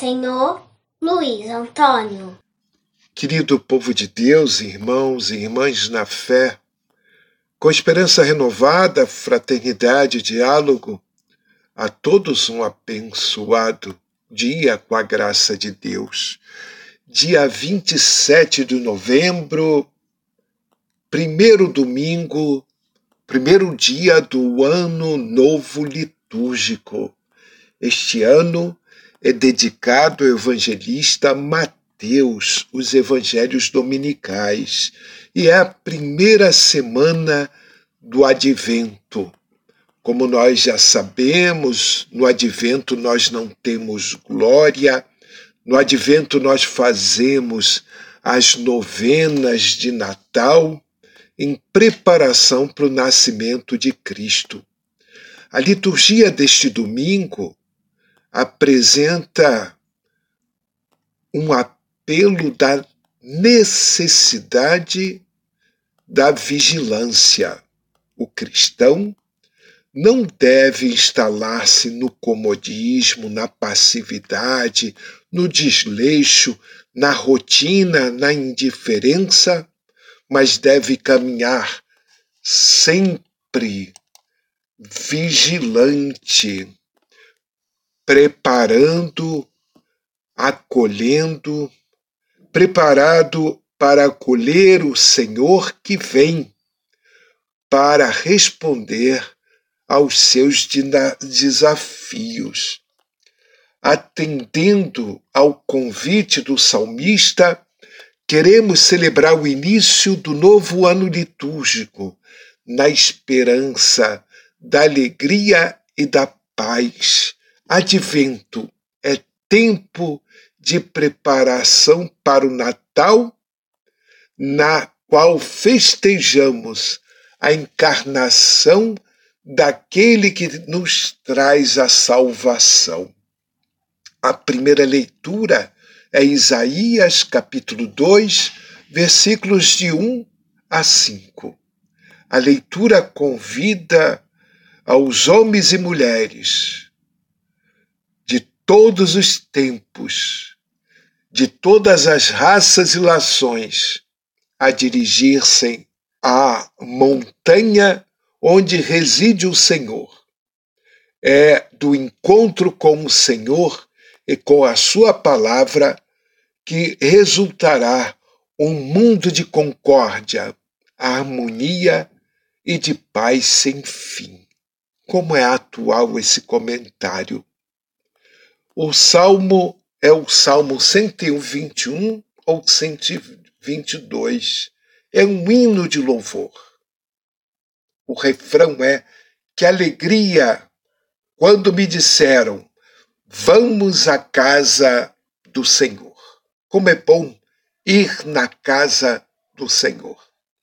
Senhor Luiz Antônio. Querido povo de Deus, irmãos e irmãs na fé, com esperança renovada, fraternidade e diálogo, a todos um abençoado dia com a graça de Deus. Dia 27 de novembro, primeiro domingo, primeiro dia do ano novo litúrgico. Este ano é dedicado ao evangelista Mateus, os evangelhos dominicais, e é a primeira semana do Advento. Como nós já sabemos, no Advento nós não temos glória, no Advento nós fazemos as novenas de Natal em preparação para o nascimento de Cristo. A liturgia deste domingo apresenta um apelo da necessidade da vigilância. O cristão não deve instalar-se no comodismo, na passividade, no desleixo, na rotina, na indiferença, mas deve caminhar sempre vigilante, preparando, acolhendo, preparado para acolher o Senhor que vem, para responder aos seus desafios. Atendendo ao convite do salmista, queremos celebrar o início do novo ano litúrgico, na esperança da alegria e da paz. Advento é tempo de preparação para o Natal, na qual festejamos a encarnação daquele que nos traz a salvação. A primeira leitura é Isaías, capítulo 2, versículos de 1 a 5. A leitura convida aos homens e mulheres de todos os tempos, de todas as raças e nações, a dirigir-se à montanha onde reside o Senhor. É do encontro com o Senhor e com a sua palavra que resultará um mundo de concórdia, harmonia e de paz sem fim. Como é atual esse comentário? O salmo é o Salmo 121 ou 122. É um hino de louvor. O refrão é: que alegria quando me disseram, vamos à casa do Senhor. Como é bom ir na casa do Senhor.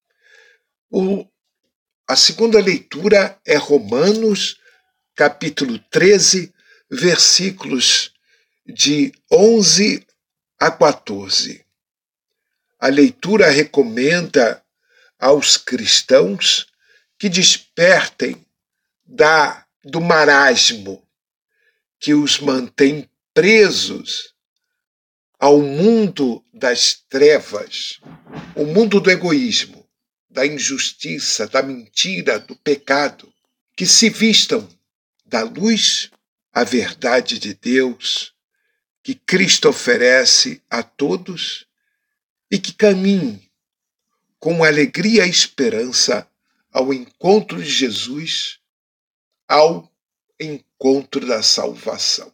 A segunda leitura é Romanos, capítulo 13, versículos de 11 a 14. A leitura recomenda aos cristãos que despertem do marasmo que os mantém presos ao mundo das trevas, o mundo do egoísmo, da injustiça, da mentira, do pecado, que se vistam da luz, a verdade de Deus, que Cristo oferece a todos e que caminhem com alegria e esperança ao encontro de Jesus, ao encontro da salvação.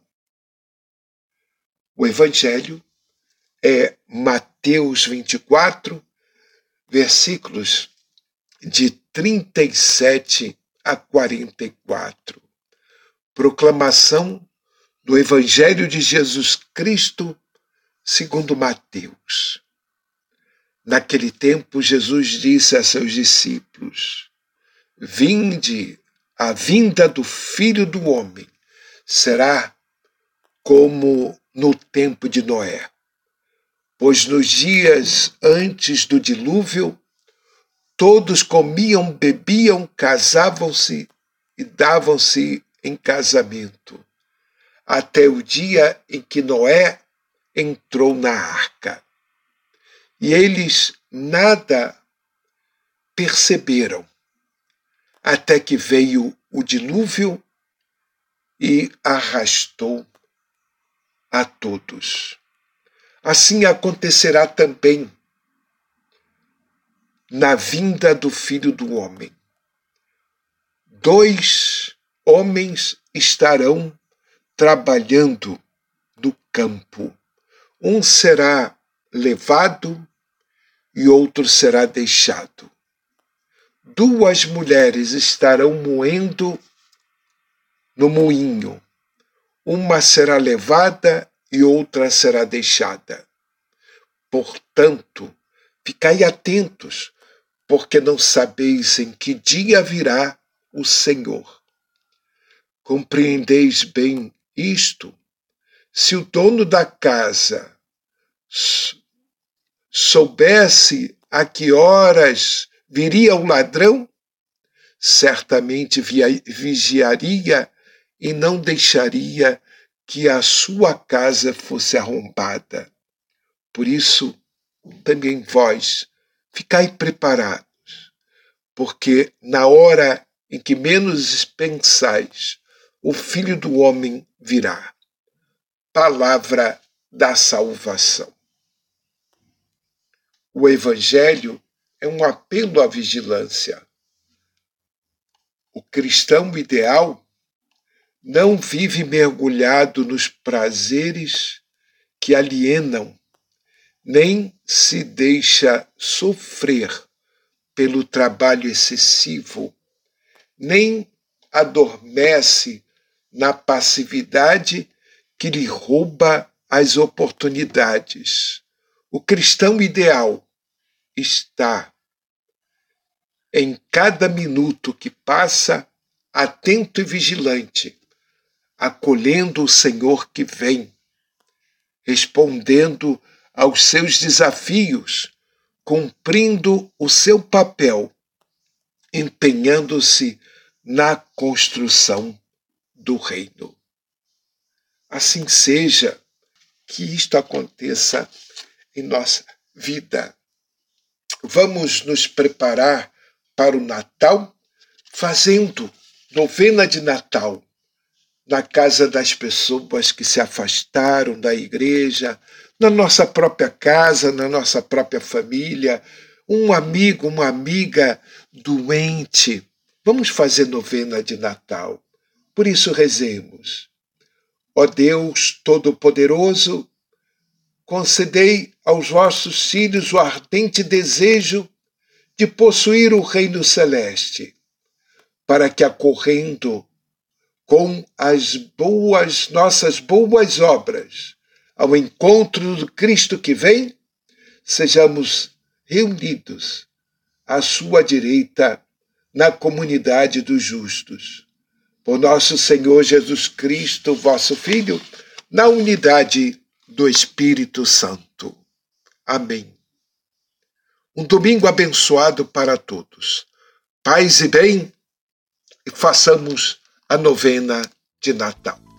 O Evangelho é Mateus 24, versículos de 37 a 44. Proclamação do Evangelho de Jesus Cristo segundo Mateus. Naquele tempo, Jesus disse a seus discípulos: Vinde, a vinda do Filho do Homem será como no tempo de Noé. Pois nos dias antes do dilúvio, todos comiam, bebiam, casavam-se e davam-se em casamento, até o dia em que Noé entrou na arca. E eles nada perceberam, até que veio o dilúvio e arrastou a todos. Assim acontecerá também na vinda do Filho do Homem. 2 homens estarão trabalhando no campo. Um será levado e outro será deixado. 2 mulheres estarão moendo no moinho. Uma será levada e outra será deixada. Portanto, ficai atentos, porque não sabeis em que dia virá o Senhor. Compreendeis bem isto? Se o dono da casa soubesse a que horas viria o ladrão, certamente vigiaria e não deixaria que a sua casa fosse arrombada. Por isso, também vós, ficai preparados, porque na hora em que menos pensais, o Filho do Homem virá. Palavra da salvação. O Evangelho é um apelo à vigilância. O cristão ideal não vive mergulhado nos prazeres que alienam, nem se deixa sofrer pelo trabalho excessivo, nem adormece na passividade que lhe rouba as oportunidades. O cristão ideal está, em cada minuto que passa, atento e vigilante, acolhendo o Senhor que vem, respondendo aos seus desafios, cumprindo o seu papel, empenhando-se na construção do reino. Assim seja, que isto aconteça em nossa vida. Vamos nos preparar para o Natal fazendo novena de Natal na casa das pessoas que se afastaram da igreja, na nossa própria casa, na nossa própria família, um amigo, uma amiga doente. Vamos fazer novena de Natal. Por isso rezemos. Ó Deus Todo-Poderoso, concedei aos vossos filhos o ardente desejo de possuir o reino celeste, para que, acorrendo com as nossas boas obras ao encontro do Cristo que vem, sejamos reunidos à sua direita na comunidade dos justos. Por nosso Senhor Jesus Cristo, vosso Filho, na unidade do Espírito Santo. Amém. Um domingo abençoado para todos. Paz e bem, e façamos a novena de Natal.